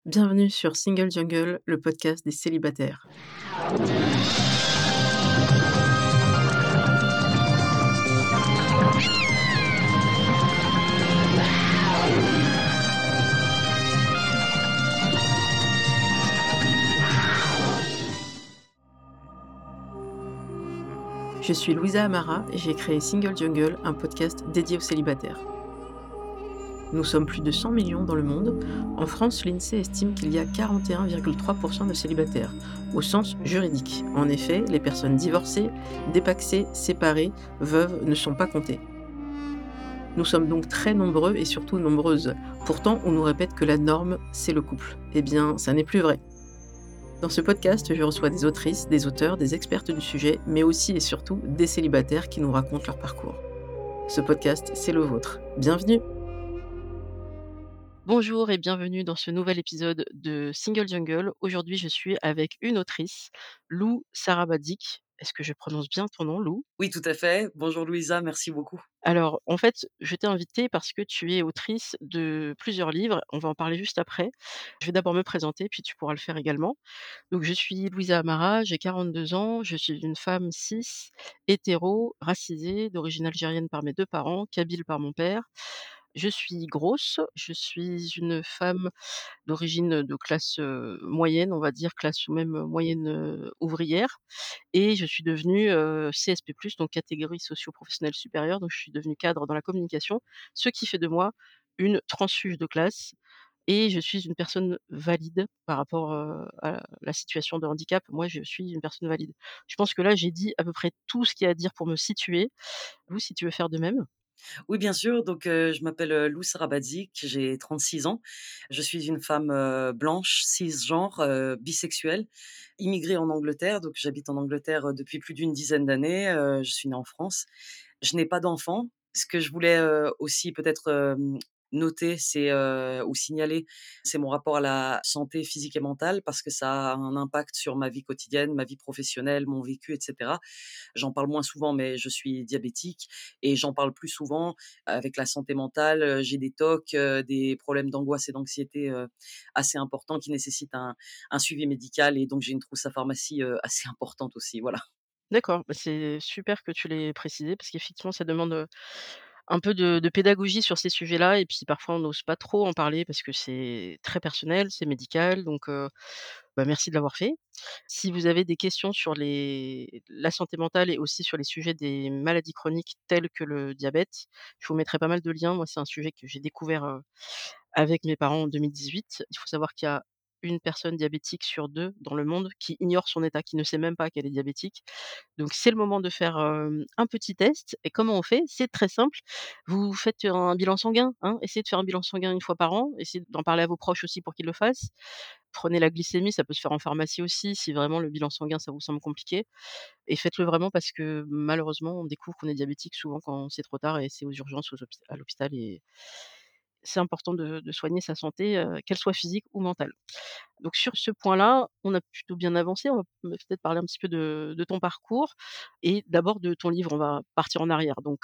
Bienvenue sur Single Jungle, le podcast des célibataires. Je suis Louisa Amara et j'ai créé Single Jungle, un podcast dédié aux célibataires. Nous sommes plus de 100 millions dans le monde. En France, l'INSEE estime qu'il y a 41,3% de célibataires, au sens juridique. En effet, les personnes divorcées, dépaxées, séparées, veuves ne sont pas comptées. Nous sommes donc très nombreux et surtout nombreuses. Pourtant, on nous répète que la norme, c'est le couple. Eh bien, ça n'est plus vrai. Dans ce podcast, je reçois des autrices, des auteurs, des expertes du sujet, mais aussi et surtout des célibataires qui nous racontent leur parcours. Ce podcast, c'est le vôtre. Bienvenue! Bonjour et bienvenue dans ce nouvel épisode de Single Jungle. Aujourd'hui, je suis avec une autrice, Lou Sarabadzic. Est-ce que je prononce bien ton nom, Lou? Oui, tout à fait. Bonjour Louisa, merci beaucoup. Alors, en fait, je t'ai invitée parce que tu es autrice de plusieurs livres. On va en parler juste après. Je vais d'abord me présenter, puis tu pourras le faire également. Donc, je suis Louisa Amara, j'ai 42 ans, je suis une femme cis, hétéro, racisée, d'origine algérienne par mes deux parents, kabyle par mon père. Je suis grosse, je suis une femme d'origine de classe moyenne, on va dire, classe ou même moyenne ouvrière. Et je suis devenue, CSP+, donc catégorie socio-professionnelle supérieure, donc je suis devenue cadre dans la communication, ce qui fait de moi une transfuge de classe et je suis une personne valide par rapport, à la situation de handicap. Moi, je suis une personne valide. Je pense que là, j'ai dit à peu près tout ce qu'il y a à dire pour me situer. Vous, si tu veux faire de même? Oui, bien sûr, donc je m'appelle, Lou Sarabadzik, j'ai 36 ans. Je suis une femme, blanche, cisgenre, bisexuelle, immigrée en Angleterre, donc j'habite en Angleterre, depuis plus d'une dizaine d'années, je suis née en France. Je n'ai pas d'enfant. Ce que je voulais, aussi peut-être, noter, c'est, ou signaler, c'est mon rapport à la santé physique et mentale parce que ça a un impact sur ma vie quotidienne, ma vie professionnelle, mon vécu et cetera. J'en parle moins souvent, mais je suis diabétique et j'en parle plus souvent avec la santé mentale. J'ai des TOC, des problèmes d'angoisse et d'anxiété, assez importants qui nécessitent un suivi médical et donc j'ai une trousse à pharmacie, assez importante aussi, voilà. D'accord, bah, c'est super que tu l'aies précisé parce qu'effectivement, ça demande, un peu de pédagogie sur ces sujets-là et puis parfois on n'ose pas trop en parler parce que c'est très personnel, c'est médical donc bah, merci de l'avoir fait. Si vous avez des questions sur la santé mentale et aussi sur les sujets des maladies chroniques telles que le diabète, je vous mettrai pas mal de liens. Moi, c'est un sujet que j'ai découvert, avec mes parents en 2018. Il faut savoir qu'il y a une personne diabétique sur 2 dans le monde qui ignore son état, qui ne sait même pas qu'elle est diabétique. Donc c'est le moment de faire, un petit test et comment on fait? C'est très simple. Vous faites un bilan sanguin, hein, essayez de faire un bilan sanguin une fois par an, essayez d'en parler à vos proches aussi pour qu'ils le fassent. Prenez la glycémie, ça peut se faire en pharmacie aussi si vraiment le bilan sanguin ça vous semble compliqué et faites-le vraiment parce que malheureusement on découvre qu'on est diabétique souvent quand c'est trop tard et c'est aux urgences, à l'hôpital et c'est important de soigner sa santé, qu'elle soit physique ou mentale. Donc sur ce point-là, on a plutôt bien avancé. On va peut-être parler un petit peu de ton parcours et d'abord de ton livre. On va partir en arrière. Donc,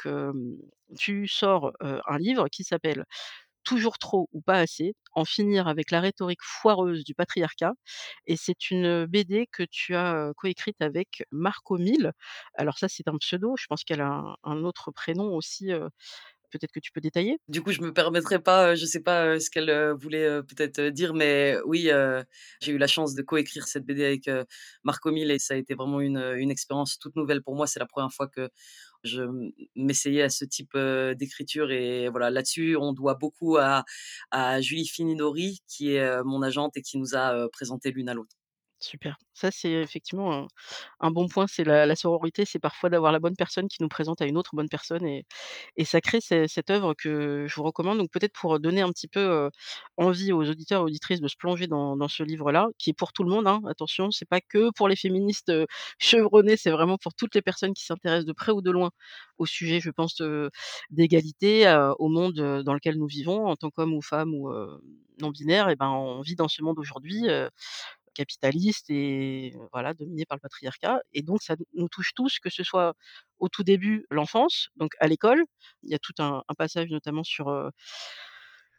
tu sors, un livre qui s'appelle «Toujours trop ou pas assez, en finir avec la rhétorique foireuse du patriarcat» et c'est une BD que tu as, coécrite avec Marco Mille. Alors ça, c'est un pseudo. Je pense qu'elle a un autre prénom aussi, peut-être que tu peux détailler? Du coup, je me permettrai pas, je sais pas, ce qu'elle, voulait, peut-être, dire, mais oui, j'ai eu la chance de coécrire cette BD avec, Marco Mille et ça a été vraiment une expérience toute nouvelle pour moi. C'est la première fois que je m'essayais à ce type, d'écriture et voilà, là-dessus, on doit beaucoup à Julie Finidori qui est, mon agente et qui nous a, présentés l'une à l'autre. Super. Ça, c'est effectivement un bon point, c'est la sororité, c'est parfois d'avoir la bonne personne qui nous présente à une autre bonne personne et ça crée cette œuvre que je vous recommande. Donc peut-être pour donner un petit peu, envie aux auditeurs et auditrices de se plonger dans ce livre-là, qui est pour tout le monde, hein, attention, c'est pas que pour les féministes, chevronnées, c'est vraiment pour toutes les personnes qui s'intéressent de près ou de loin au sujet, je pense, d'égalité, au monde, dans lequel nous vivons en tant qu'hommes ou femmes ou, non binaires et ben, on vit dans ce monde aujourd'hui, capitaliste et voilà, dominé par le patriarcat et donc ça nous touche tous, que ce soit au tout début, l'enfance, donc à l'école. Il y a tout un passage notamment sur,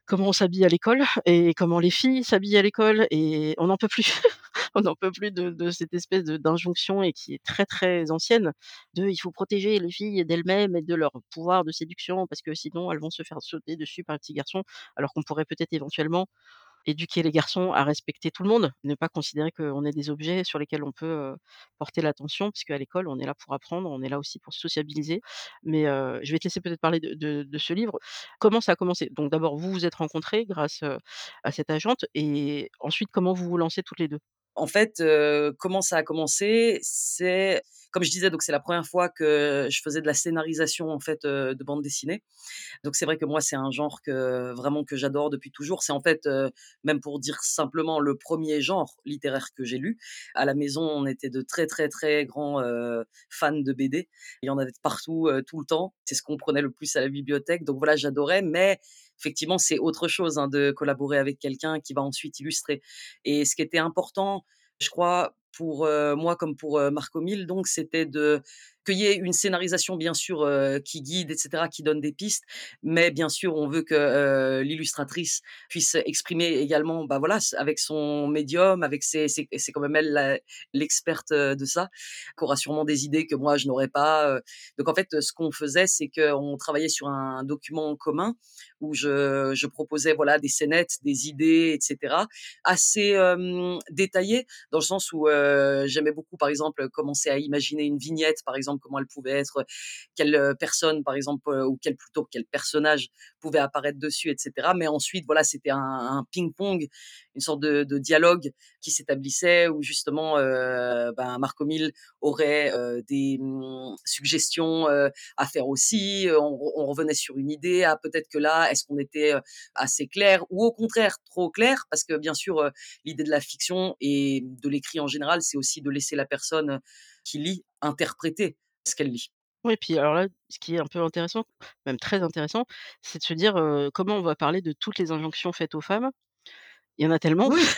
comment on s'habille à l'école et comment les filles s'habillent à l'école et on n'en peut plus. On n'en peut plus de cette espèce d'injonction et qui est très, très ancienne de: «Il faut protéger les filles d'elles-mêmes et de leur pouvoir de séduction parce que sinon elles vont se faire sauter dessus par un petit garçon». Alors qu'on pourrait peut-être éventuellement éduquer les garçons à respecter tout le monde, ne pas considérer qu'on est des objets sur lesquels on peut, porter l'attention puisqu'à l'école on est là pour apprendre, on est là aussi pour sociabiliser. Mais, je vais te laisser peut-être parler de ce livre. Comment ça a commencé? Donc d'abord vous vous êtes rencontrés grâce, à cette agente et ensuite comment vous vous lancez toutes les 2. En fait, comment ça a commencé? C'est comme je disais, donc c'est la première fois que je faisais de la scénarisation, en fait, de bande dessinée. Donc c'est vrai que moi, c'est un genre que vraiment que j'adore depuis toujours. C'est en fait, même pour dire simplement, le premier genre littéraire que j'ai lu. À la maison, on était de très, très, très grands, fans de BD. Il y en avait de partout, tout le temps. C'est ce qu'on prenait le plus à la bibliothèque. Donc voilà, j'adorais, mais effectivement, c'est autre chose, hein, de collaborer avec quelqu'un qui va ensuite illustrer. Et ce qui était important, je crois, pour, moi comme pour, Marco Mille donc, c'était qu'il y ait une scénarisation bien sûr, qui guide et cetera, qui donne des pistes, mais bien sûr, on veut que, l'illustratrice puisse exprimer également, bah, voilà, avec son médium, avec c'est quand même elle l'experte, de ça, qui aura sûrement des idées que moi je n'aurais pas, donc en fait, ce qu'on faisait, c'est qu'on travaillait sur un document commun où je proposais, voilà, des scénettes, des idées et cetera, assez, détaillées dans le sens où, j'aimais beaucoup, par exemple, commencer à imaginer une vignette, par exemple, comment elle pouvait être, quelle, personne, par exemple, ou quel personnage pouvait apparaître dessus et cetera. Mais ensuite, voilà, c'était un ping-pong, une sorte de dialogue qui s'établissait où justement, ben, Marco Mille aurait, des, suggestions, à faire aussi, on revenait sur une idée, ah peut-être que là, est-ce qu'on était, assez clair ou au contraire trop clair? Parce que bien sûr, l'idée de la fiction et de l'écrit en général, c'est aussi de laisser la personne, qui lit interpréter ce qu'elle lit. Oui, puis alors là, ce qui est un peu intéressant, même très intéressant, c'est de se dire, comment on va parler de toutes les injonctions faites aux femmes. Il y en a tellement. Oui,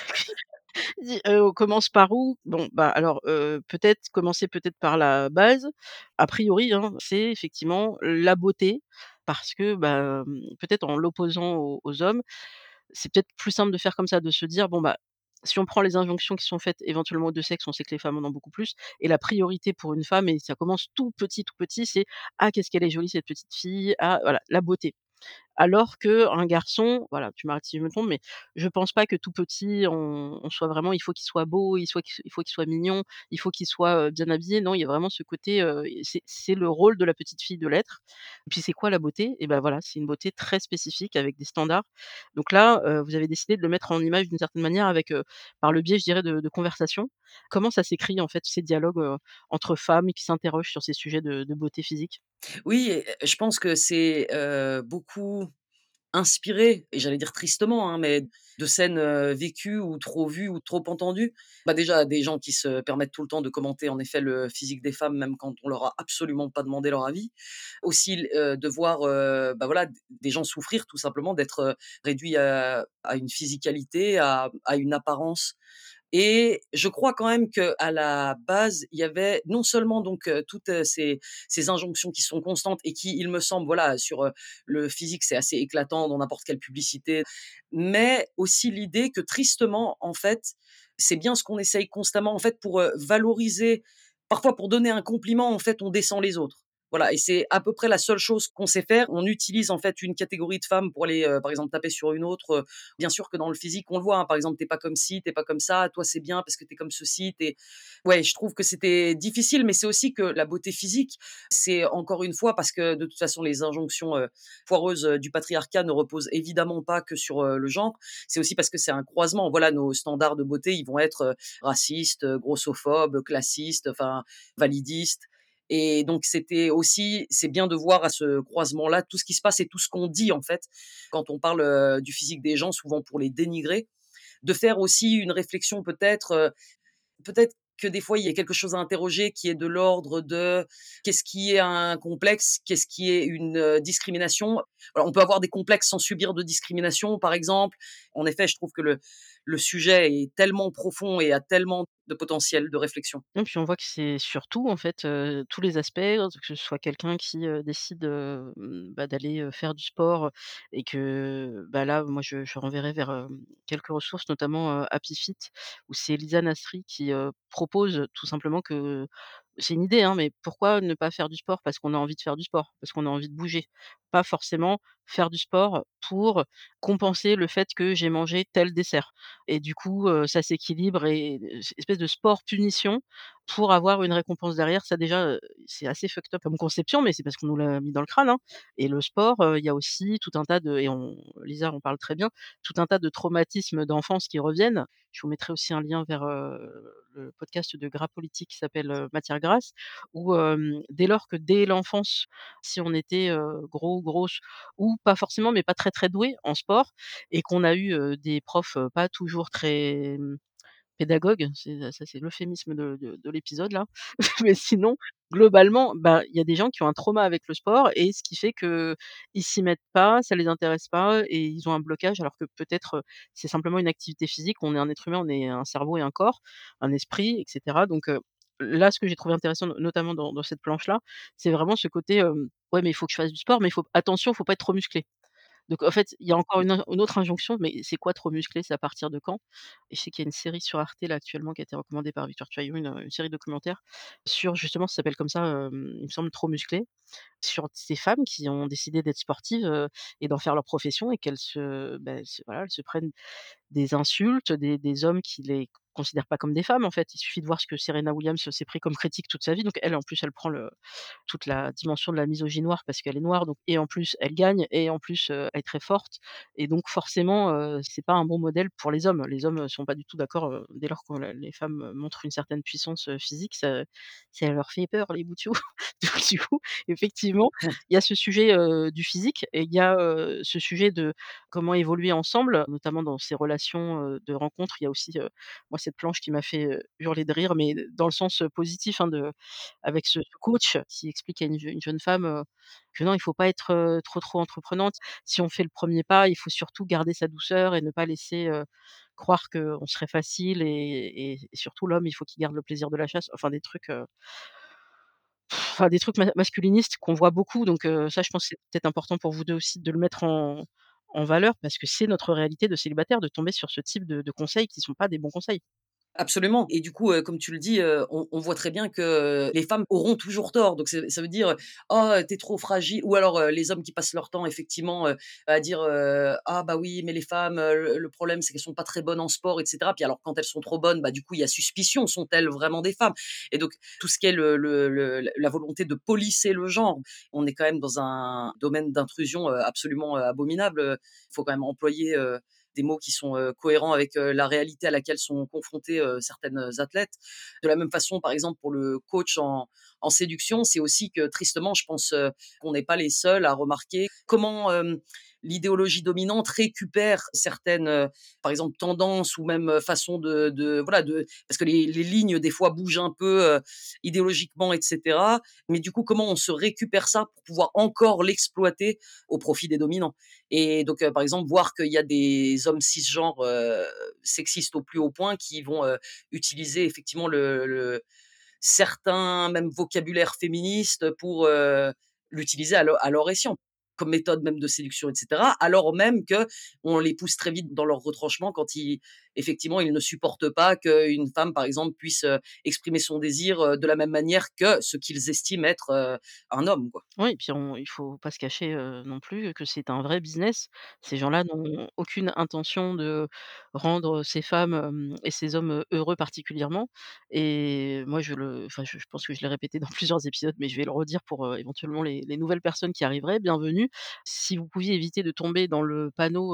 On commence par où? Bon, bah, alors, peut-être commencer peut-être par la base. A priori, hein, c'est effectivement la beauté parce que, bah, peut-être en l'opposant aux hommes, c'est peut-être plus simple de faire comme ça, de se dire: «Bon, bah, si on prend les injonctions qui sont faites éventuellement aux 2 sexes, on sait que les femmes en ont beaucoup plus et la priorité pour une femme et ça commence tout petit, c'est: "Ah qu'est-ce qu'elle est jolie cette petite fille, ah" voilà, la beauté. Alors qu'un garçon, voilà, tu m'arrêtes si je me trompe, mais je pense pas que tout petit, on soit vraiment il faut qu'il soit beau, il faut qu'il soit mignon, il faut qu'il soit, bien habillé. Non, il y a vraiment ce côté, c'est le rôle de la petite fille de l'être. Et puis c'est quoi la beauté? Et ben voilà, c'est une beauté très spécifique avec des standards. Donc là, vous avez décidé de le mettre en image d'une certaine manière avec, par le biais, je dirais, de conversations. Comment ça s'écrit en fait, ces dialogues, entre femmes qui s'interrogent sur ces sujets de beauté physique? oui et je pense que c'est, beaucoup inspiré et j'allais dire tristement, hein, mais de scènes, vécues ou trop vues ou trop entendues. Bah, déjà des gens qui se permettent tout le temps de commenter en effet le physique des femmes, même quand on leur a absolument pas demandé leur avis. Aussi de voir, bah, voilà, des gens souffrir tout simplement d'être, réduits à une physicalité, à une apparence et je crois quand même qu'à la base, il y avait non seulement donc, toutes, ces injonctions qui sont constantes et qui, il me semble, voilà, sur, le physique, c'est assez éclatant dans n'importe quelle publicité, mais aussi l'idée que tristement, en fait, c'est bien ce qu'on essaye constamment, en fait, pour, valoriser parfois pour donner un compliment, en fait, on descend les autres. Voilà et c'est à peu près la seule chose qu'on sait faire. On utilise, en fait, une catégorie de femmes pour aller, par exemple, taper sur une autre, bien sûr que dans le physique, on le voit, hein, par exemple, tu pas comme ci, tu pas comme ça, toi c'est bien parce que tu es comme ceci, tu ouais, je trouve que c'était difficile, mais c'est aussi que la beauté physique, c'est encore une fois parce que de toute façon les injonctions, foireuses, du patriarcat ne reposent évidemment pas que sur, le genre. C'est aussi parce que c'est un croisement. Voilà, nos standards de beauté, ils vont être, racistes, grossophobes, classistes, enfin validistes et donc c'était aussi c'est bien de voir à ce croisement-là tout ce qui se passe et tout ce qu'on dit, en fait, quand on parle, du physique des gens, souvent pour les dénigrer, de faire aussi une réflexion peut-être que des fois il y a quelque chose à interroger qui est de l'ordre de qu'est-ce qui est un complexe? Qu'est-ce qui est une, discrimination? Alors on peut avoir des complexes sans subir de discrimination, par exemple. En effet, je trouve que le sujet est tellement profond et a tellement de potentiel de réflexion. Et puis on voit que c'est surtout en fait, tous les aspects, que ce soit quelqu'un qui, décide, d'aller, faire du sport et que, bah, là, moi je renverrai vers, quelques ressources, notamment, Happy Fit, où c'est Lisa Nasri qui, propose tout simplement que c'est une idée, hein, mais pourquoi ne pas faire du sport? Parce qu'on a envie de faire du sport, parce qu'on a envie de bouger. Pas forcément faire du sport pour compenser le fait que j'ai mangé tel dessert et du coup, ça s'équilibre et espèce de sport punition pour avoir une récompense derrière. Ça déjà, c'est assez fucked up comme conception, mais c'est parce qu'on nous l'a mis dans le crâne, hein, et le sport, il y a aussi tout un tas de et on Lisa en parle très bien, tout un tas de traumatismes d'enfance qui reviennent. Je vous mettrai aussi un lien vers, le podcast de Gras Politique qui s'appelle, Matière grasse, où, dès lors que dès l'enfance, si on était, gros, grosse ou pas forcément, mais pas très, très doué en sport et qu'on a eu, des profs, pas toujours très, pédagogues, c'est l'euphémisme de l'épisode là. Mais sinon, globalement, bah, il y a des gens qui ont un trauma avec le sport et ce qui fait qu'ils s'y mettent pas, ça les intéresse pas et ils ont un blocage alors que peut-être, c'est simplement une activité physique. On est un être humain, on est un cerveau et un corps, un esprit et cetera. Donc, là, ce que j'ai trouvé intéressant, notamment dans cette planche-là, c'est vraiment ce côté, ouais, mais il faut que je fasse du sport, mais il faut attention, il faut pas être trop musclé. Donc en fait, il y a encore une autre injonction, mais c'est quoi trop musclé? C'est à partir de quand? Et je sais qu'il y a une série sur Arte là actuellement qui a été recommandée par Victor Tuaillon, une série documentaire sur justement ça s'appelle comme ça, il me semble «Trop musclé», sur ces femmes qui ont décidé d'être sportives, et d'en faire leur profession et qu'elles voilà, elles se prennent des insultes, des hommes qui les considèrent pas comme des femmes en fait. Il suffit de voir ce que Serena Williams s'est pris comme critique toute sa vie. Donc elle, en plus, elle prend toute la dimension de la misogynie noire parce qu'elle est noire, donc et en plus elle gagne et en plus, elle est très forte et donc forcément, c'est pas un bon modèle pour les hommes. Les hommes, sont pas du tout d'accord, dès lors que la les femmes, montrent une certaine puissance, physique, ça leur fait peur les boutous. Donc du coup, effectivement, il y a ce sujet, du physique et il y a, ce sujet de comment évoluer ensemble, notamment dans ces relations, de rencontres. Il y a aussi, moi cette planche qui m'a fait, hurler de rire, mais dans le sens, positif, hein, de avec ce coach qui explique à une jeune femme, que non, il faut pas être, trop entreprenante. Si on fait le premier pas, il faut surtout garder sa douceur et ne pas laisser, croire qu'on serait facile et surtout l'homme, il faut qu'il garde le plaisir de la chasse. Enfin des trucs masculinistes qu'on voit beaucoup donc ça je pense que c'est peut-être important pour vous 2 aussi de le mettre en valeur parce que c'est notre réalité de célibataire de tomber sur ce type de conseils qui sont pas des bons conseils. Absolument et du coup, comme tu le dis, on voit très bien que, les femmes auront toujours tort. Donc ça veut dire, «Oh, tu trop fragile» ou alors, les hommes qui passent leur temps effectivement, à dire, «Ah bah oui, mais les femmes, le problème c'est qu'elles sont pas très bonnes en sport» et cetera. Puis alors quand elles sont trop bonnes, bah, du coup, il y a suspicion, sont-elles vraiment des femmes? Et donc tout ce qui est la volonté de polisser le genre, on est quand même dans un domaine d'intrusion, absolument, abominable, il faut quand même employer, des mots qui sont, cohérents avec, la réalité à laquelle sont confrontées, certaines, athlètes. De la même façon, par exemple, pour le coach en séduction, c'est aussi que tristement, je pense, qu'on n'est pas les seuls à remarquer comment, l'idéologie dominante récupère certaines, par exemple, tendances ou même, façons de voilà, de parce que les lignes des fois bougent un peu, idéologiquement et cetera. Mais du coup, comment on se récupère ça pour pouvoir encore l'exploiter au profit des dominants? Et donc, par exemple, voir qu'il y a des hommes cisgenres, sexistes au plus haut point qui vont, utiliser effectivement certains même vocabulaires féministes pour, l'utiliser à leur escient, comme méthode même de séduction et cetera. Alors même qu'on les pousse très vite dans leur retranchement quand effectivement, ils ne supportent pas qu'une femme, par exemple, puisse, exprimer son désir, de la même manière que ce qu'ils estiment être, un homme, quoi. Oui et puis il faut pas se cacher, non plus que c'est un vrai business. Ces gens-là n'ont aucune intention de rendre ces femmes, et ces hommes, heureux particulièrement et moi je pense que je l'ai répété dans plusieurs épisodes, mais je vais le redire pour, éventuellement les nouvelles personnes qui arriveraient, bienvenue. Si vous pouviez éviter de tomber dans le panneau,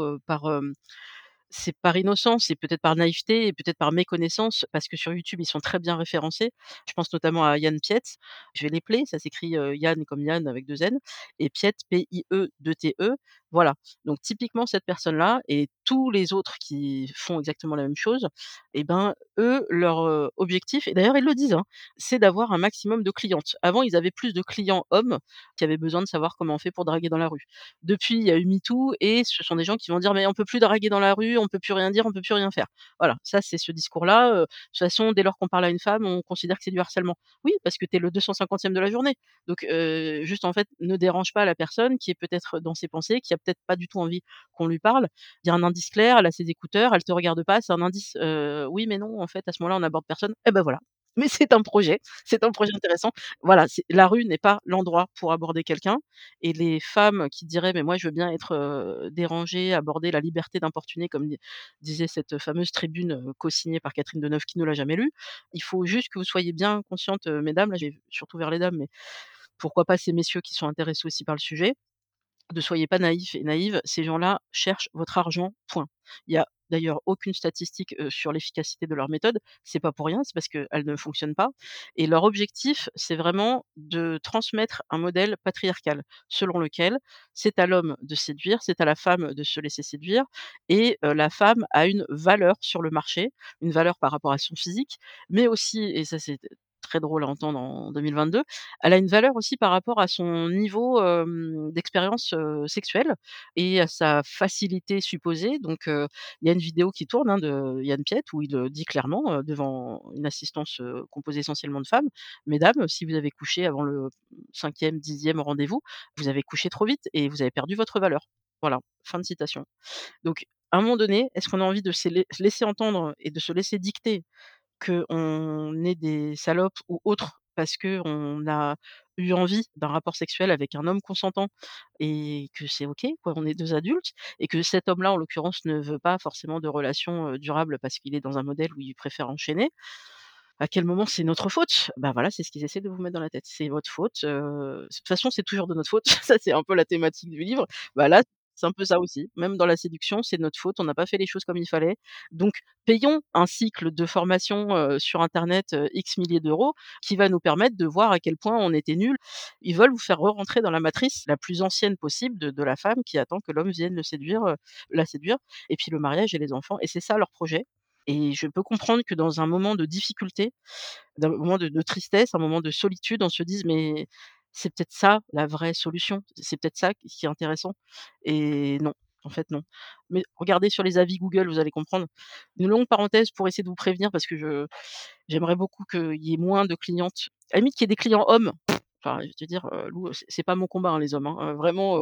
c'est par innocence, c'est peut-être par naïveté et peut-être par méconnaissance, parce que sur YouTube, ils sont très bien référencés. Je pense notamment à Yann Piet. Je vais l'épeler, ça s'écrit, Yann comme Yann avec 2 N et Piet, P-I-E, 2 T-E. Voilà, donc typiquement cette personne-là et tous les autres qui font exactement la même chose et ben, eux, leur, objectif et d'ailleurs ils le disent, hein, c'est d'avoir un maximum de clientes. Avant, ils avaient plus de clients hommes qui avaient besoin de savoir comment on fait pour draguer dans la rue. Depuis, il y a eu MeToo et ce sont des gens qui vont dire: «Mais on peut plus draguer dans la rue, on peut plus rien dire, on peut plus rien faire». Voilà, ça c'est ce discours-là, de toute façon, dès lors qu'on parle à une femme, on considère que c'est du harcèlement. Oui, parce que tu es le 250e de la journée. Donc juste en fait, ne dérange pas la personne qui est peut-être dans ses pensées, qui a peut-être pas du tout envie qu'on lui parle. Il y a un indice clair, elle a ses écouteurs, elle te regarde pas, c'est un indice, oui mais non, en fait, à ce moment-là, on n'aborde personne. Et ben voilà. Mais c'est un projet intéressant. Voilà, c'est la rue n'est pas l'endroit pour aborder quelqu'un et les femmes qui diraient: «Mais moi, je veux bien être, dérangée, aborder la liberté d'importuner», comme disait cette fameuse tribune, cosignée par Catherine Deneuve qui ne l'a jamais lue. Il faut juste que vous soyez bien conscientes, mesdames, là, j'ai surtout vers les dames, mais pourquoi pas ces messieurs qui sont intéressés aussi par le sujet. Ne soyez pas naïfs et naïves, ces gens-là cherchent votre argent, point. Il y a d'ailleurs aucune statistique, sur l'efficacité de leur méthode. C'est pas pour rien, c'est parce qu'elle ne fonctionne pas et leur objectif, c'est vraiment de transmettre un modèle patriarcal selon lequel c'est à l'homme de séduire, c'est à la femme de se laisser séduire et la femme a une valeur sur le marché, une valeur par rapport à son physique, mais aussi et ça c'est très drôle à entendre en 2022, elle a une valeur aussi par rapport à son niveau, d'expérience, sexuelle et à sa facilité supposée. Donc, il y a une vidéo qui tourne, hein, de Yann Piette où il, dit clairement, devant une assistance, composée essentiellement de femmes: «Mesdames, si vous avez couché avant le 5e, 10e rendez-vous, vous avez couché trop vite et vous avez perdu votre valeur». Voilà, fin de citation. Donc, à un moment donné, est-ce qu'on a envie de se laisser entendre et de se laisser dicter qu'on est des salopes ou autres parce qu'on a eu envie d'un rapport sexuel avec un homme consentant et que c'est OK, quoi, on est 2 adultes et que cet homme-là, en l'occurrence, ne veut pas forcément de relation, durable parce qu'il est dans un modèle où il préfère enchaîner. À quel moment c'est notre faute? Bah, voilà, c'est ce qu'ils essaient de vous mettre dans la tête. C'est votre faute, de toute façon, c'est toujours de notre faute. Ça, c'est un peu la thématique du livre. Bah, là, c'est un peu ça aussi. Même dans la séduction, c'est de notre faute, on n'a pas fait les choses comme il fallait. Donc payons un cycle de formation, sur internet, X milliers d'euros, qui va nous permettre de voir à quel point on était nuls. Ils veulent vous faire re-rentrer dans la matrice la plus ancienne possible de la femme qui attend que l'homme vienne la séduire et puis le mariage et les enfants et c'est ça leur projet et je peux comprendre que dans un moment de difficulté, d'un moment de tristesse, un moment de solitude, on se dise: «Mais c'est peut-être ça la vraie solution, c'est peut-être ça qui est intéressant» et non, en fait non. Mais regardez sur les avis Google, vous allez comprendre. Une longue parenthèse pour essayer de vous prévenir parce que j'aimerais beaucoup qu'il y ait moins de clientes. À la limite qu'il y ait des clients hommes, enfin je vais te dire, Lou, c'est pas mon combat, hein, les hommes, hein, vraiment,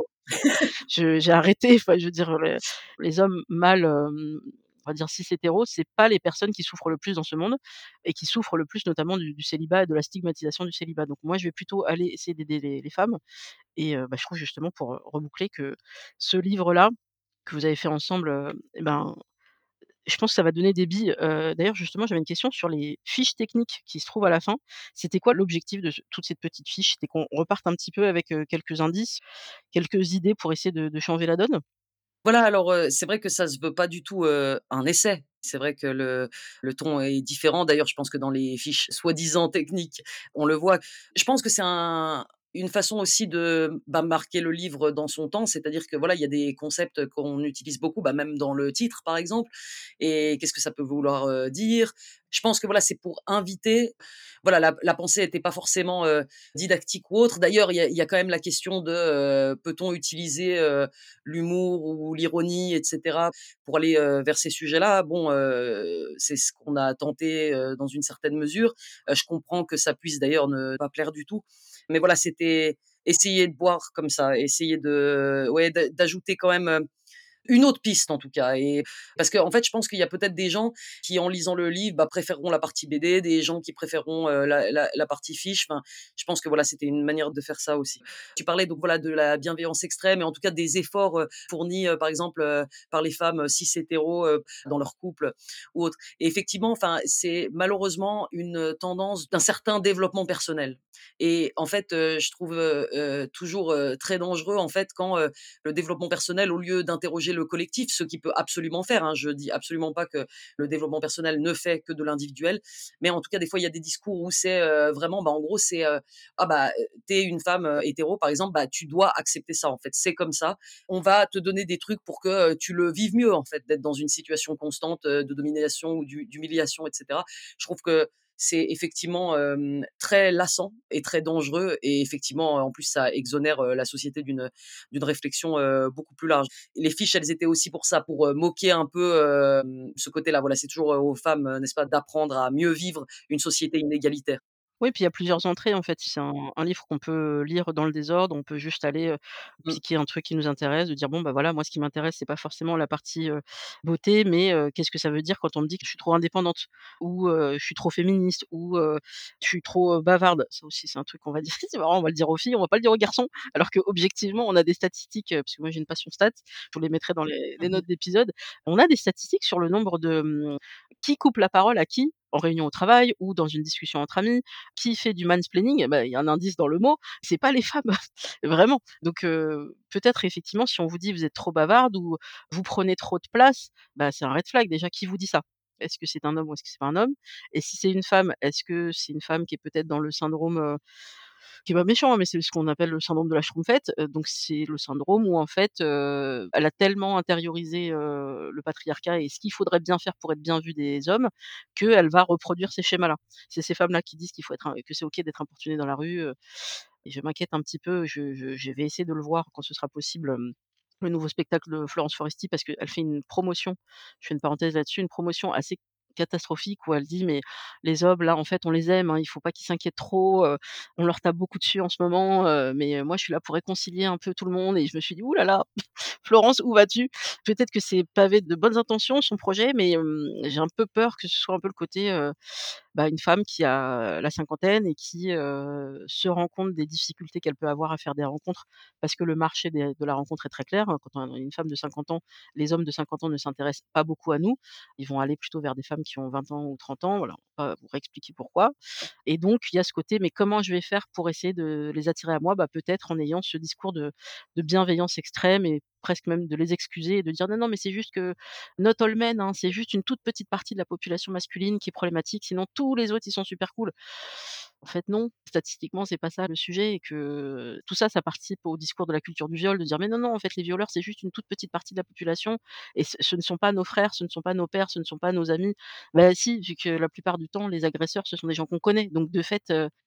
j'ai arrêté, enfin je veux dire, les hommes mâles, on va dire cis hétéros, c'est pas les personnes qui souffrent le plus dans ce monde et qui souffrent le plus notamment du célibat et de la stigmatisation du célibat. Donc moi, je vais plutôt aller essayer d'aider les femmes et bah, je trouve justement pour, reboucler que ce livre-là, que vous avez fait ensemble, et ben, je pense que ça va donner des billes. D'ailleurs justement, j'avais une question sur les fiches techniques qui se trouvent à la fin. C'était quoi l'objectif de toutes ces petites fiches? C'était qu'on reparte un petit peu avec, quelques indices, quelques idées pour essayer de changer la donne? Voilà, alors, c'est vrai que ça se veut pas du tout, un essai. C'est vrai que le ton est différent. D'ailleurs, je pense que dans les fiches soi-disant techniques, on le voit. Je pense que c'est une façon aussi de, bah, marquer le livre dans son temps. C'est-à-dire que, voilà, il y a des concepts qu'on utilise beaucoup, bah, même dans le titre, par exemple et qu'est-ce que ça peut vouloir, dire? Je pense que, voilà, c'est pour inviter voilà, la pensée était pas forcément, didactique ou autre. D'ailleurs, il y a quand même la question de, peut-on utiliser, l'humour ou l'ironie et cetera pour aller, vers ces sujets-là. Bon, c'est ce qu'on a tenté, dans une certaine mesure. Je comprends que ça puisse d'ailleurs ne pas plaire du tout. Mais voilà, c'était essayer de boire comme ça, essayer de ouais, d'ajouter quand même, une autre piste en tout cas et parce qu'en fait, je pense qu'il y a peut-être des gens qui, en lisant le livre, bah, préféreront la partie BD, des gens qui préféreront, la partie fiche. Enfin, je pense que voilà, c'était une manière de faire ça aussi. Tu parlais donc voilà de la bienveillance extrême et en tout cas des efforts, fournis, par exemple, par les femmes, cis hétéros, dans leur couple ou autre et effectivement, enfin, c'est malheureusement une tendance d'un certain développement personnel et en fait, je trouve, toujours, très dangereux en fait quand, le développement personnel au lieu d'interroger protéger le collectif, ce qui peut absolument faire, hein. Je dis absolument pas que le développement personnel ne fait que de l'individuel, mais en tout cas, des fois, il y a des discours où c'est, vraiment, bah, en gros, c'est, «Ah bah, tu une femme, hétéro, par exemple, bah, tu dois accepter ça, en fait. C'est comme ça. On va te donner des trucs pour que, tu le vives mieux, en fait, d'être dans une situation constante, de domination ou d'humiliation et cetera». Je trouve que c'est effectivement, très lassant et très dangereux et effectivement, en plus, ça exonère, la société d'une réflexion, beaucoup plus large. Et les fiches, elles étaient aussi pour ça, pour, moquer un peu, ce côté-là. Voilà, c'est toujours, aux femmes, n'est-ce pas, d'apprendre à mieux vivre une société inégalitaire. Oui, puis il y a plusieurs entrées en fait. C'est un livre qu'on peut lire dans le désordre. On peut juste aller, Mmh, piquer un truc qui nous intéresse, de dire: «Bon, bah, voilà, moi ce qui m'intéresse, c'est pas forcément la partie, beauté, mais qu'est-ce que ça veut dire quand on me dit que je suis trop indépendante ou je suis trop féministe ou je suis trop, bavarde?» Ça aussi, c'est un truc qu'on va dire c'est marrant, on va le dire aux filles, on va pas le dire aux garçons. Alors qu'objectivement, on a des statistiques, parce que moi j'ai une passion stats, je vous les mettrai dans les mmh notes d'épisode. On a des statistiques sur le nombre de, qui coupe la parole à qui, en réunion au travail ou dans une discussion entre amis, qui fait du mansplaining? Bah, il y a un indice dans le mot, c'est pas les femmes, vraiment. Donc peut-être effectivement si on vous dit: «Vous êtes trop bavarde» ou «Vous prenez trop de place», bah, c'est un red flag déjà. Qui vous dit ça? Est-ce que c'est un homme ou est-ce que c'est pas un homme? Et si c'est une femme, est-ce que c'est une femme qui est peut-être dans le syndrome, qui est pas méchant, hein, mais c'est ce qu'on appelle le syndrome de la schtroumpfette, donc c'est le syndrome où en fait, elle a tellement intériorisé, le patriarcat et ce qu'il faudrait bien faire pour être bien vue des hommes, qu'elle va reproduire ces schémas-là. C'est ces femmes-là qui disent qu'il faut être un que c'est OK d'être importuné dans la rue, et je m'inquiète un petit peu. Je vais essayer de le voir quand ce sera possible, le nouveau spectacle de Florence Foresti parce qu'elle fait une promotion, je fais une parenthèse là-dessus, une promotion assez catastrophique où elle dit: «Mais les hommes là, en fait, on les aime, hein, il faut pas qu'ils s'inquiètent trop, on leur tape beaucoup dessus en ce moment, mais moi je suis là pour réconcilier un peu tout le monde» et je me suis dit: «Ouh là là, Florence, où vas-tu?» Peut-être que c'est pavé de bonnes intentions son projet, mais j'ai un peu peur que ce soit un peu le côté, bah, une femme qui a la cinquantaine et qui, se rend compte des difficultés qu'elle peut avoir à faire des rencontres parce que le marché de la rencontre est très clair, hein. Quand on a une femme de 50 ans, les hommes de 50 ans ne s'intéressent pas beaucoup à nous. Ils vont aller plutôt vers des femmes qui ont 20 ans ou 30 ans, voilà, on va pas vous réexpliquer pourquoi. Et donc il y a ce côté, mais comment je vais faire pour essayer de les attirer à moi? Bah, peut-être en ayant ce discours de bienveillance extrême et presque même de les excuser et de dire: «Non, non, mais c'est juste que not all men, hein, c'est juste une toute petite partie de la population masculine qui est problématique, sinon tous les autres, ils sont super cool». En fait, non, statistiquement, c'est pas ça le sujet et que tout ça, ça participe au discours de la culture du viol, de dire: «Mais non, non, en fait, les violeurs, c'est juste une toute petite partie de la population et ce ne sont pas nos frères, ce ne sont pas nos pères, ce ne sont pas nos amis». Bah si, vu que la plupart du temps, les agresseurs, ce sont des gens qu'on connaît, donc de fait,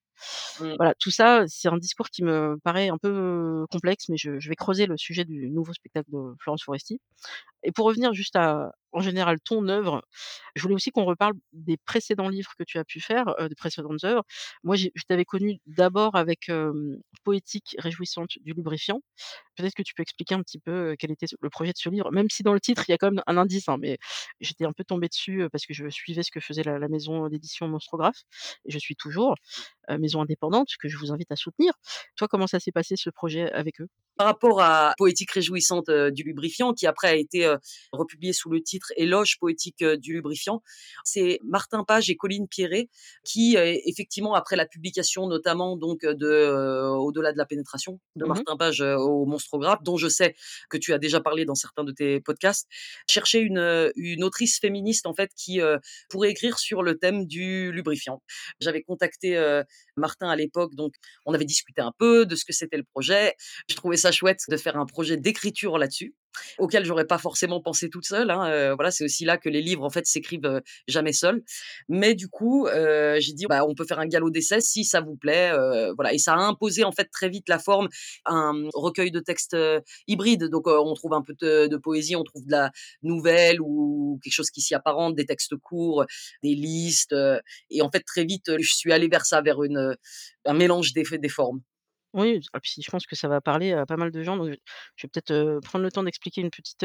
mh. voilà, tout ça, c'est un discours qui me paraît un peu, complexe, mais je vais creuser le sujet du nouveau spectacle de Florence Foresti. Et pour revenir juste à, en général, ton œuvre, je voulais aussi qu'on reparle des précédents livres que tu as pu faire, des précédentes œuvres. Moi, je t'avais connu d'abord avec, Poétique réjouissante du lubrifiant. Peut-être que tu peux expliquer un petit peu, quel était le projet de ce livre? Même si dans le titre, il y a quand même un indice, hein, mais j'étais un peu tombée dessus, parce que je suivais ce que faisait la maison d'édition Monstrographe et je suis toujours, maison indépendante que je vous invite à soutenir. Toi, comment ça s'est passé ce projet avec eux? Par rapport à Poétique réjouissante, du lubrifiant qui après a été, republié sous le titre Éloge poétique, du lubrifiant. C'est Martin Page et Colline Pierret qui, effectivement après la publication notamment donc, de, Au-delà de la pénétration de Mmh mh. Martin Page, au Monstrographe, dont je sais que tu as déjà parlé dans certains de tes podcasts, cherchaient une autrice féministe en fait qui, pourrait écrire sur le thème du lubrifiant. J'avais contacté, Martin à l'époque, donc on avait discuté un peu de ce que c'était le projet. Je trouvais ça chouette de faire un projet d'écriture là-dessus, auquel j'aurais pas forcément pensé toute seule, hein, voilà, c'est aussi là que les livres, en fait, s'écrivent, jamais seuls. Mais du coup, j'ai dit: «Bah, on peut faire un galop d'essai si ça vous plaît», voilà et ça a imposé, en fait, très vite la forme, un recueil de textes, hybride. Donc, on trouve un peu de poésie, on trouve de la nouvelle ou quelque chose qui s'y apparente, des textes courts, des listes, et en fait, très vite, je suis allée vers ça, vers un mélange des formes. Oui, et puis je pense que ça va parler à pas mal de gens, donc je vais peut-être, prendre le temps d'expliquer une petite,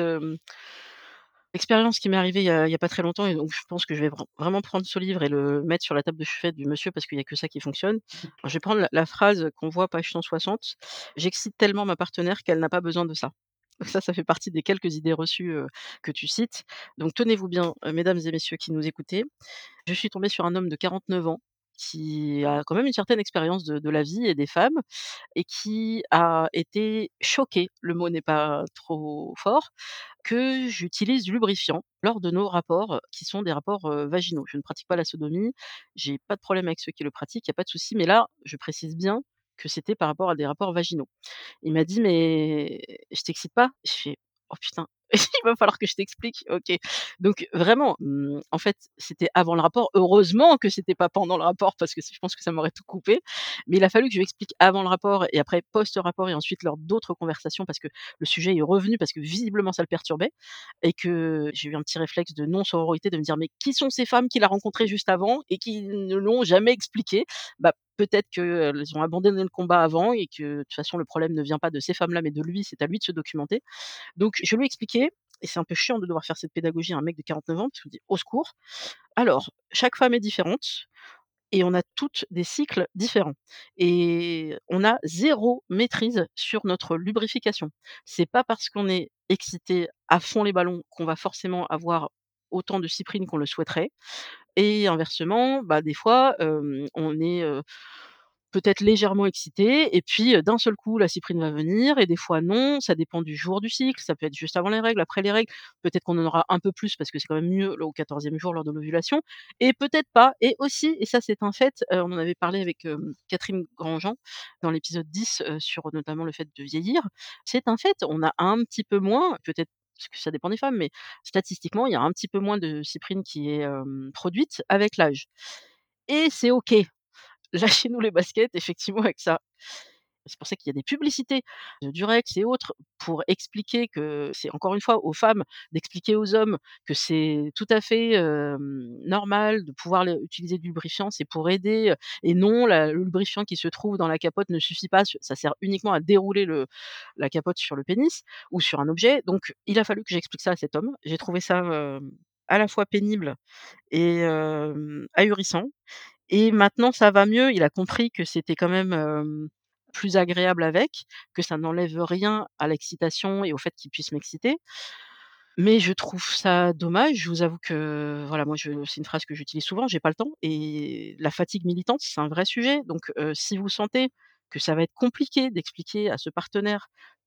expérience qui m'est arrivée il y a pas très longtemps et donc je pense que je vais vraiment prendre ce livre et le mettre sur la table de chevet du monsieur parce qu'il y a que ça qui fonctionne. Alors je vais prendre la phrase qu'on voit page 160: «J'excite tellement ma partenaire qu'elle n'a pas besoin de ça». Donc ça fait partie des quelques idées reçues, que tu cites. Donc tenez-vous bien, mesdames et messieurs qui nous écoutez. Je suis tombée sur un homme de 49 ans qui a quand même une certaine expérience de la vie et des femmes et qui a été choquée, le mot n'est pas trop fort, que j'utilise du lubrifiant lors de nos rapports, qui sont des rapports, vaginaux. Je ne pratique pas la sodomie, j'ai pas de problème avec ceux qui le pratiquent, il y a pas de souci, mais là, je précise bien que c'était par rapport à des rapports vaginaux. Il m'a dit: «Mais je t'excite pas?» Je fais: «Oh putain, il va falloir que je t'explique, OK». Donc vraiment, en fait, c'était avant le rapport. Heureusement que c'était pas pendant le rapport parce que je pense que ça m'aurait tout coupé. Mais il a fallu que je lui explique avant le rapport et après post-rapport et ensuite lors d'autres conversations parce que le sujet est revenu parce que visiblement ça le perturbait et que j'ai eu un petit réflexe de non-sororité de me dire: «Mais qui sont ces femmes qu'il a rencontrées juste avant et qui ne l'ont jamais expliqué?» Bah, peut-être qu'elles ont abandonné le combat avant et que de toute façon le problème ne vient pas de ces femmes-là, mais de lui, c'est à lui de se documenter. Donc je lui ai expliqué et c'est un peu chiant de devoir faire cette pédagogie à un mec de 49 ans parce qu'il me dit: «Au secours». Alors, chaque femme est différente et on a toutes des cycles différents et on a zéro maîtrise sur notre lubrification. C'est pas parce qu'on est excité à fond les ballons qu'on va forcément avoir autant de cyprine qu'on le souhaiterait et inversement, bah, des fois, on est, peut-être légèrement excité et puis, d'un seul coup, la cyprine va venir et des fois non, ça dépend du jour du cycle, ça peut être juste avant les règles, après les règles, peut-être qu'on en aura un peu plus parce que c'est quand même mieux là au 14e jour lors de l'ovulation et peut-être pas et aussi et ça c'est un fait, on en avait parlé avec, Catherine Grandjean dans l'épisode 10, sur notamment le fait de vieillir. C'est un fait, on a un petit peu moins, peut-être parce que ça dépend des femmes, mais statistiquement, il y a un petit peu moins de cyprine qui est, produite avec l'âge et c'est OK. Lâchez-nous les baskets effectivement avec ça. C'est pour ça qu'il y a des publicités de Durex et autres pour expliquer que c'est encore une fois aux femmes d'expliquer aux hommes que c'est tout à fait, normal de pouvoir utiliser du lubrifiant, c'est pour aider, et non le lubrifiant qui se trouve dans la capote ne suffit pas, ça sert uniquement à dérouler la capote sur le pénis ou sur un objet. Donc il a fallu que j'explique ça à cet homme. J'ai trouvé ça, à la fois pénible et ahurissant. Et maintenant ça va mieux, il a compris que c'était quand même, plus agréable avec, que ça n'enlève rien à l'excitation et au fait qu'il puisse m'exciter. Mais je trouve ça dommage, je vous avoue que voilà, moi c'est une phrase que j'utilise souvent, j'ai pas le temps et la fatigue militante, c'est un vrai sujet. Donc, si vous sentez que ça va être compliqué d'expliquer à ce partenaire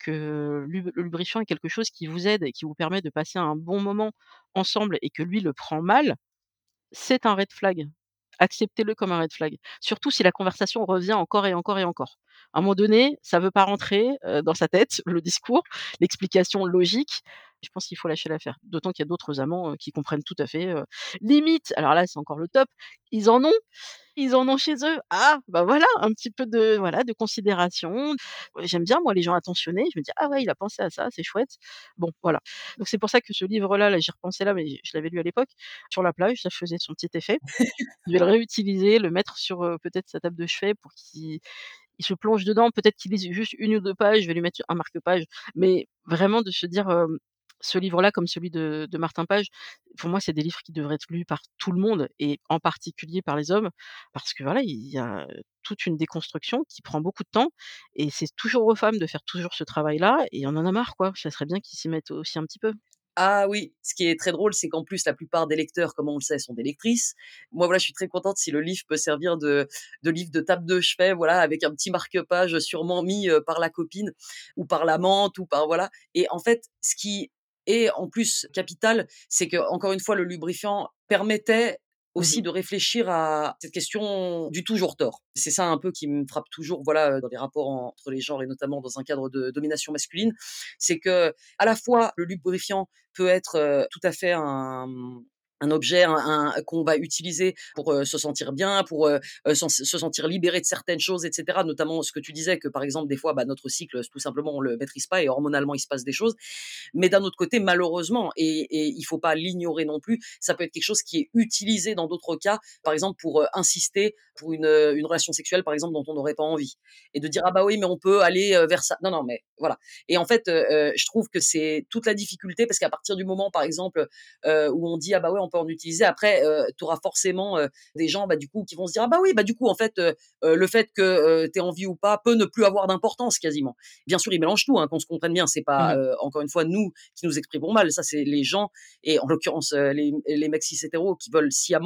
que le lubrifiant est quelque chose qui vous aide et qui vous permet de passer un bon moment ensemble et que lui le prend mal, c'est un red flag. Acceptez-le comme un red flag. Surtout si la conversation revient encore et encore et encore. À un moment donné, ça veut pas rentrer, dans sa tête, le discours, l'explication logique. Je pense qu'il faut lâcher l'affaire. D'autant qu'il y a d'autres amants, qui comprennent tout à fait, limite, alors là, c'est encore le top, ils en ont ils en ont chez eux. Ah, bah, voilà, un petit peu de voilà, de considération. Ouais, j'aime bien moi les gens attentionnés. Je me dis: «Ah ouais, il a pensé à ça, c'est chouette». Bon, voilà. Donc c'est pour ça que ce livre-là, là, j'y repensais là, mais je l'avais lu à l'époque, sur la plage, ça faisait son petit effet. Je vais le réutiliser, le mettre sur, peut-être sa table de chevet pour qu'il se plonge dedans, peut-être qu'il lise juste 1 ou 2 pages, je vais lui mettre un marque-page, mais vraiment de se dire, ce livre-là comme celui de Martin Page, pour moi, c'est des livres qui devraient être lus par tout le monde et en particulier par les hommes parce que voilà, il y a toute une déconstruction qui prend beaucoup de temps et c'est toujours aux femmes de faire toujours ce travail-là et on en a marre quoi. Ça serait bien qu'ils s'y mettent aussi un petit peu. Ah oui, ce qui est très drôle, c'est qu'en plus, la plupart des lecteurs, comme on le sait, sont des lectrices. Moi, voilà, je suis très contente si le livre peut servir de livre de table de chevet, voilà, avec un petit marque-page sûrement mis, par la copine ou par l'amante ou par voilà. Et en fait, ce qui est en plus capital, c'est que encore une fois, le lubrifiant permettait Mmh. aussi de réfléchir à cette question du toujours tort. C'est ça un peu qui me frappe toujours, voilà, dans les rapports entre les genres et notamment dans un cadre de domination masculine. C'est que à la fois, le lubrifiant peut être, tout à fait un objet, un qu'on va utiliser pour, se sentir bien, pour, se sentir libéré de certaines choses et cetera. Notamment ce que tu disais que, par exemple, des fois, bah, notre cycle, tout simplement, on le maîtrise pas et hormonalement, il se passe des choses. Mais d'un autre côté, malheureusement, et il faut pas l'ignorer non plus, ça peut être quelque chose qui est utilisé dans d'autres cas, par exemple pour insister pour une relation sexuelle, par exemple, dont on n'aurait pas envie. Et de dire, ah bah oui, mais on peut aller vers ça. Non, non, mais voilà. Et en fait, je trouve que c'est toute la difficulté parce qu'à partir du moment, par exemple, où on dit, ah bah ouais, on peut en utiliser, après, tu auras forcément des gens, bah, du coup, qui vont se dire, ah bah oui, bah du coup, en fait, le fait que tu aies envie ou pas peut ne plus avoir d'importance quasiment. Bien sûr, ils mélangent tout, hein, qu'on se comprenne bien. C'est pas, Mmh. encore une fois, nous qui nous exprimons mal. Ça, c'est les gens, et en l'occurrence, les mecs cis hétéros qui veulent sciemment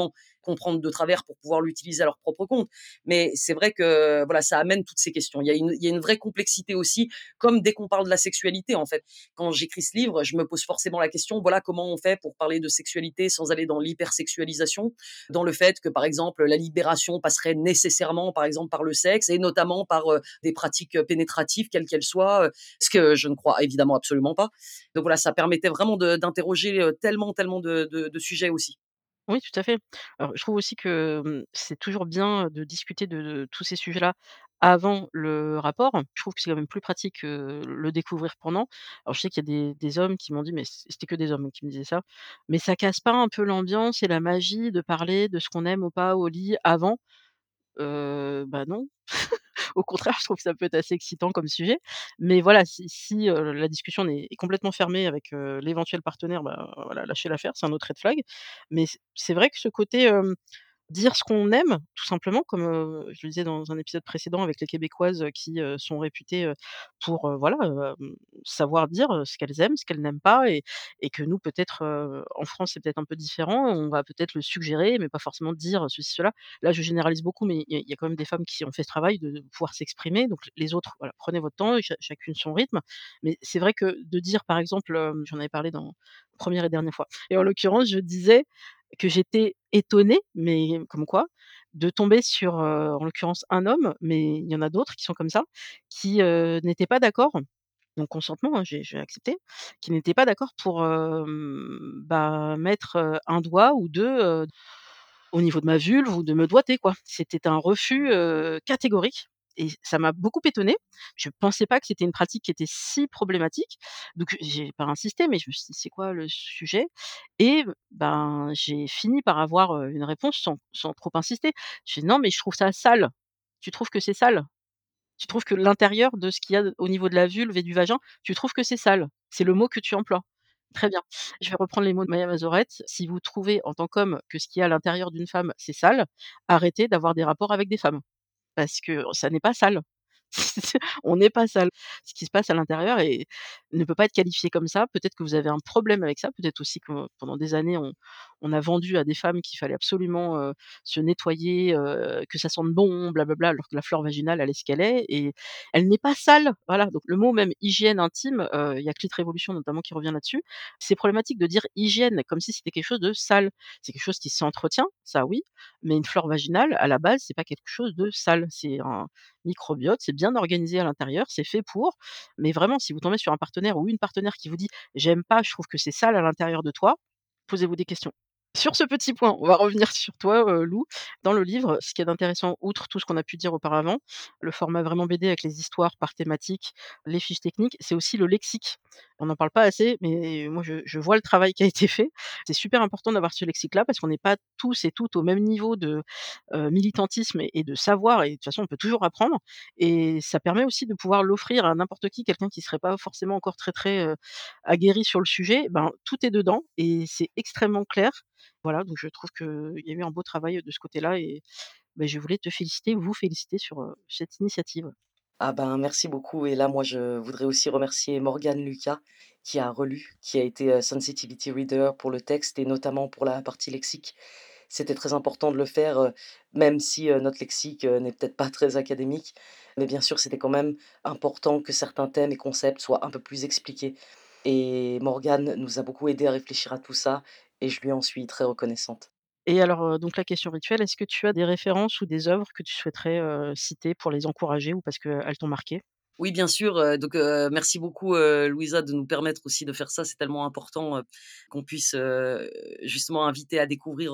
comprendre de travers pour pouvoir l'utiliser à leur propre compte. Mais c'est vrai que, voilà, ça amène toutes ces questions. Il y a une vraie complexité aussi, comme dès qu'on parle de la sexualité, en fait. Quand j'écris ce livre, je me pose forcément la question, voilà, comment on fait pour parler de sexualité sans aller dans l'hypersexualisation, dans le fait que, par exemple, la libération passerait nécessairement, par exemple, par le sexe et notamment par des pratiques pénétratives, quelles qu'elles soient, ce que je ne crois évidemment absolument pas. Donc voilà, ça permettait vraiment d'interroger tellement, tellement de sujets aussi. Oui, tout à fait. Alors, je trouve aussi que, c'est toujours bien de discuter de tous ces sujets-là avant le rapport. Je trouve que c'est quand même plus pratique que le découvrir pendant. Alors, je sais qu'il y a des hommes qui m'ont dit, mais c'était que des hommes, hein, qui me disaient ça, mais ça casse pas un peu l'ambiance et la magie de parler de ce qu'on aime ou pas au lit avant? Bah, non. Au contraire, je trouve que ça peut être assez excitant comme sujet. Mais voilà, si la discussion est complètement fermée avec, l'éventuel partenaire, bah, voilà, lâchez l'affaire, c'est un autre red flag. Mais c'est vrai que ce côté, dire ce qu'on aime, tout simplement, comme, je le disais dans un épisode précédent avec les Québécoises, qui, sont réputées, pour, voilà, savoir dire, ce qu'elles aiment, ce qu'elles n'aiment pas et que nous peut-être, en France, c'est peut-être un peu différent. On va peut-être le suggérer, mais pas forcément dire ceci, cela. Là, je généralise beaucoup, mais il y a quand même des femmes qui ont fait ce travail de pouvoir s'exprimer. Donc les autres, voilà, prenez votre temps, chacune son rythme. Mais c'est vrai que de dire, par exemple, j'en avais parlé dans première et dernière fois et en l'occurrence, je disais que j'étais étonnée, mais comme quoi, de tomber sur, en l'occurrence un homme, mais il y en a d'autres qui sont comme ça, qui, n'étaient pas d'accord, donc consentement, hein, j'ai accepté, qui n'étaient pas d'accord pour, bah, mettre, 1 doigt ou 2, au niveau de ma vulve ou de me doigter, quoi. C'était un refus, catégorique et ça m'a beaucoup étonnée. Je pensais pas que c'était une pratique qui était si problématique, donc j'ai pas insisté, mais je me suis dit: «C'est quoi le sujet?» et ben, j'ai fini par avoir, une réponse sans trop insister. J'ai dit: «Non, mais je trouve ça sale. Tu trouves que c'est sale? Tu trouves que l'intérieur de ce qu'il y a au niveau de la vulve et du vagin, tu trouves que c'est sale? C'est le mot que tu emploies. Très bien. Je vais reprendre les mots de Maya Mazorette. Si vous trouvez en tant qu'homme que ce qu'il y a à l'intérieur d'une femme, c'est sale, arrêtez d'avoir des rapports avec des femmes. Parce que ça n'est pas sale. On n'est pas sale. Ce qui se passe à l'intérieur ne peut pas être qualifié comme ça. Peut-être que vous avez un problème avec ça, peut-être aussi que pendant des années on a vendu à des femmes qu'il fallait absolument, se nettoyer, que ça sente bon, blablabla, alors que la flore vaginale, elle est ce qu'elle est et elle n'est pas sale. Voilà, donc le mot même hygiène intime, il y a Clit Révolution notamment qui revient là-dessus. C'est problématique de dire hygiène comme si c'était quelque chose de sale. C'est quelque chose qui s'entretient, ça oui, mais une flore vaginale, à la base, c'est pas quelque chose de sale. C'est un microbiote, c'est bien organisé à l'intérieur, c'est fait pour. Mais vraiment, si vous tombez sur un partenaire ou une partenaire qui vous dit: «J'aime pas, je trouve que c'est sale à l'intérieur de toi», posez-vous des questions. Sur ce petit point, on va revenir sur toi, Lou. Dans le livre, ce qu'il y a d'intéressant, outre tout ce qu'on a pu dire auparavant, le format vraiment BD avec les histoires par thématique, les fiches techniques, c'est aussi le lexique. On n'en parle pas assez, mais moi je vois le travail qui a été fait. C'est super important d'avoir ce lexique-là parce qu'on n'est pas tous et toutes au même niveau de, militantisme et de savoir et de toute façon on peut toujours apprendre et ça permet aussi de pouvoir l'offrir à n'importe qui, quelqu'un qui serait pas forcément encore très, très, aguerri sur le sujet, ben, tout est dedans et c'est extrêmement clair. Voilà, donc je trouve qu'il y a eu un beau travail de ce côté-là et beh, je voulais te féliciter, vous féliciter sur, cette initiative. Ah ben, merci beaucoup et là, moi, je voudrais aussi remercier Morgane Lucas qui a relu, qui a été, sensitivity reader pour le texte et notamment pour la partie lexique. C'était très important de le faire, même si, notre lexique, n'est peut-être pas très académique, mais bien sûr, c'était quand même important que certains thèmes et concepts soient un peu plus expliqués et Morgane nous a beaucoup aidé à réfléchir à tout ça et je lui en suis très reconnaissante. Et alors, donc la question rituelle, est-ce que tu as des références ou des œuvres que tu souhaiterais, citer pour les encourager ou parce qu'elles t'ont marqué? Oui, bien sûr, donc merci beaucoup, Louisa, de nous permettre aussi de faire ça. C'est tellement important, qu'on puisse, justement inviter à découvrir,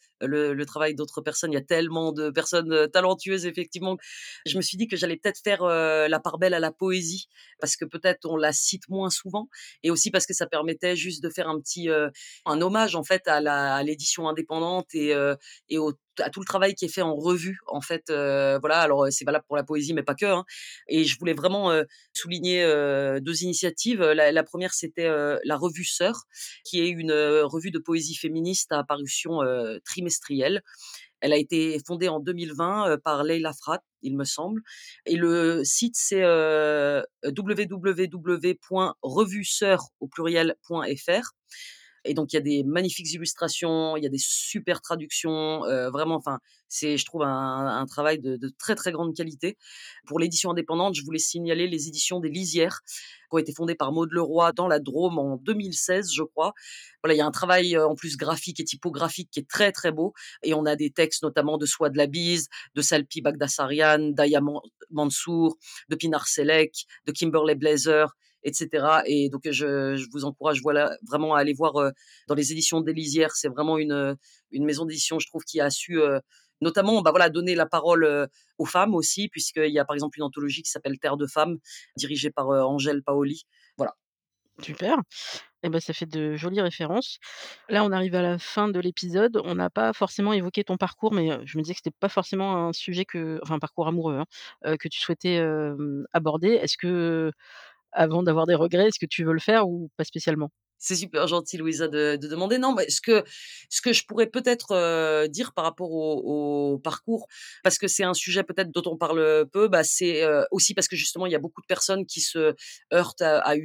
le travail d'autres personnes. Il y a tellement de personnes, talentueuses effectivement. Je me suis dit que j'allais peut-être faire, la part belle à la poésie parce que peut-être on la cite moins souvent et aussi parce que ça permettait juste de faire un petit, un hommage en fait à l'édition indépendante et à tout le travail qui est fait en revue en fait, voilà. Alors, c'est valable pour la poésie mais pas que, hein. Et je voulais vraiment, souligner, 2 initiatives. La 1re, c'était, la revue Sœur, qui est une, revue de poésie féministe à parution, trimestrielle. Elle a été fondée en 2020, par Leila Frat, il me semble et le site, c'est, www.revusœurs au pluriel .fr. et donc il y a des magnifiques illustrations, il y a des super traductions, vraiment, enfin, c'est, je trouve, un travail de très, très grande qualité. Pour l'édition indépendante, je voulais signaler les éditions des Lisières, qui ont été fondées par Maud Leroy dans la Drôme en 2016, je crois. Voilà, il y a un travail, en plus graphique et typographique qui est très, très beau, et on a des textes notamment de Souad Labise, de Salpi Bagdasarian, d'Aya Mansour, de Pinar Selek, de Kimberley Blazer, et cetera. Et donc je vous encourage, voilà, vraiment à aller voir, dans les éditions des Lisières. C'est vraiment une maison d'édition, je trouve, qui a su, notamment, bah, voilà, donner la parole, aux femmes aussi, puisqu'il y a, par exemple, une anthologie qui s'appelle Terre de femmes, dirigée par, Angèle Paoli. Voilà. Super. Et ben ça fait de jolies références. Là, on arrive à la fin de l'épisode. On n'a pas forcément évoqué ton parcours, mais je me disais que c'était pas forcément un sujet un parcours amoureux, hein, que tu souhaitais, aborder. Est-ce que, avant d'avoir des regrets, est-ce que tu veux le faire ou pas spécialement? C'est super gentil, Louisa, de demander. Non, mais ce que je pourrais peut-être, dire par rapport au parcours, parce que c'est un sujet peut-être dont on parle peu, bah, c'est, aussi parce que justement il y a beaucoup de personnes qui se heurtent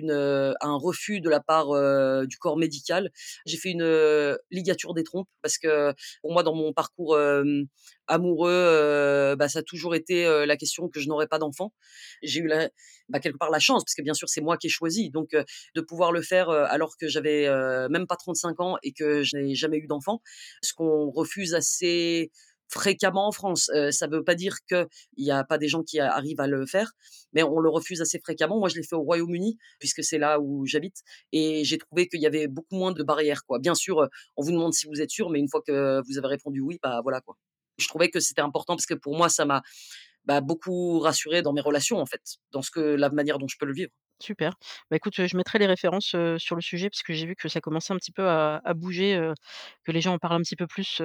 à un refus de la part, du corps médical. J'ai fait une, ligature des trompes parce que pour moi, dans mon parcours, amoureux, bah, ça a toujours été, la question que je n'aurais pas d'enfant. J'ai eu quelque part la chance, parce que bien sûr c'est moi qui ai choisi, donc de pouvoir le faire, alors que j'avais, même pas 35 ans et que je n'ai jamais eu d'enfant. Ce qu'on refuse assez fréquemment en France. Ça veut pas dire qu'il y a pas des gens qui arrivent à le faire, mais on le refuse assez fréquemment. Moi, je l'ai fait au Royaume-Uni, puisque c'est là où j'habite, et j'ai trouvé qu'il y avait beaucoup moins de barrières, quoi. Bien sûr, on vous demande si vous êtes sûr, mais une fois que vous avez répondu «oui», bah, voilà, quoi. Je trouvais que c'était important parce que pour moi, ça m'a, bah, beaucoup rassurée dans mes relations, en fait, dans la manière dont je peux le vivre. Super. Bah, écoute, je mettrai les références, sur le sujet parce que j'ai vu que ça commençait un petit peu à bouger, que les gens en parlent un petit peu plus,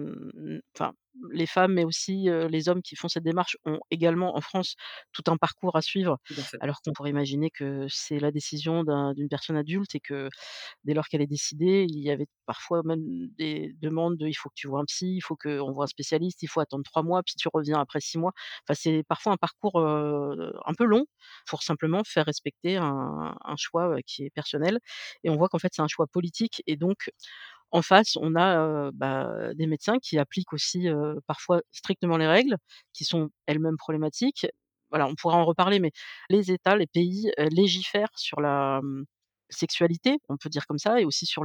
enfin, les femmes, mais aussi, les hommes qui font cette démarche ont également en France tout un parcours à suivre, Tout à fait. alors qu'on pourrait imaginer que c'est la décision d'une personne adulte et que dès lors qu'elle est décidée, il y avait parfois même des demandes de: «Il faut que tu vois un psy, il faut qu'on voit un spécialiste, il faut attendre 3 mois, puis tu reviens après 6 mois». Enfin, c'est parfois un parcours, un peu long pour simplement faire respecter un choix, qui est personnel, et on voit qu'en fait, c'est un choix politique, et donc en face, on a, des médecins qui appliquent aussi, parfois strictement les règles, qui sont elles-mêmes problématiques. Voilà, on pourra en reparler, mais les États, les pays, légifèrent sur la, sexualité, on peut dire comme ça, et aussi sur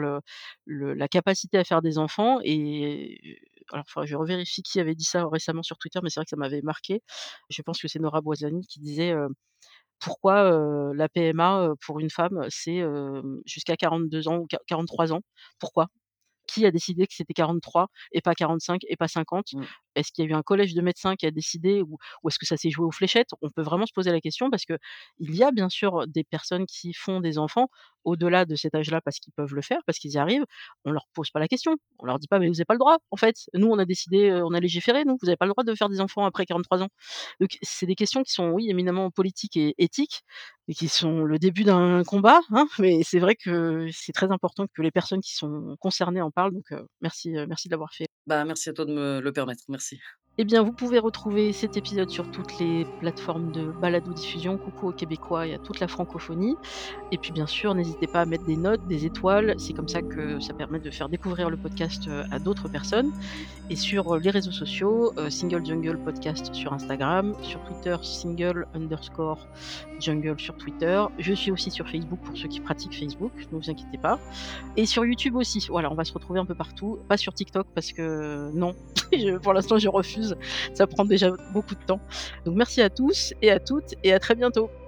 la capacité à faire des enfants, et alors faudrait que je revérifie qui avait dit ça récemment sur Twitter, mais c'est vrai que ça m'avait marqué. Je pense que c'est Nora Boisani qui disait, pourquoi, la PMA, pour une femme, c'est, jusqu'à 42 ans ou 43 ans? Pourquoi? Qui a décidé que c'était 43 et pas 45 et pas 50? Mmh. Est-ce qu'il y a eu un collège de médecins qui a décidé, ou est-ce que ça s'est joué aux fléchettes? On peut vraiment se poser la question parce qu'il y a bien sûr des personnes qui font des enfants au-delà de cet âge-là parce qu'ils peuvent le faire, parce qu'ils y arrivent. On leur pose pas la question. On leur dit pas: «Mais vous avez pas le droit, en fait. Nous, on a décidé, on a légiféré, nous. Vous avez pas le droit de faire des enfants après 43 ans». Donc c'est des questions qui sont, oui, éminemment politiques et éthiques, et qui sont le début d'un combat, hein, mais c'est vrai que c'est très important que les personnes qui sont concernées en parlent, donc merci, merci de l'avoir fait. Bah, merci à toi de me le permettre. Merci. Eh bien, vous pouvez retrouver cet épisode sur toutes les plateformes de balado-diffusion. Coucou aux Québécois et à toute la francophonie. Et puis bien sûr, n'hésitez pas à mettre des notes, des étoiles, c'est comme ça que ça permet de faire découvrir le podcast, à d'autres personnes. Et sur, les réseaux sociaux, Single Jungle Podcast sur Instagram, sur Twitter single_jungle sur Twitter. Je suis aussi sur Facebook pour ceux qui pratiquent Facebook, ne vous inquiétez pas. Et sur YouTube aussi. Voilà, on va se retrouver un peu partout. Pas sur TikTok parce que non, pour l'instant je refuse, ça prend déjà beaucoup de temps. Donc merci à tous et à toutes et à très bientôt.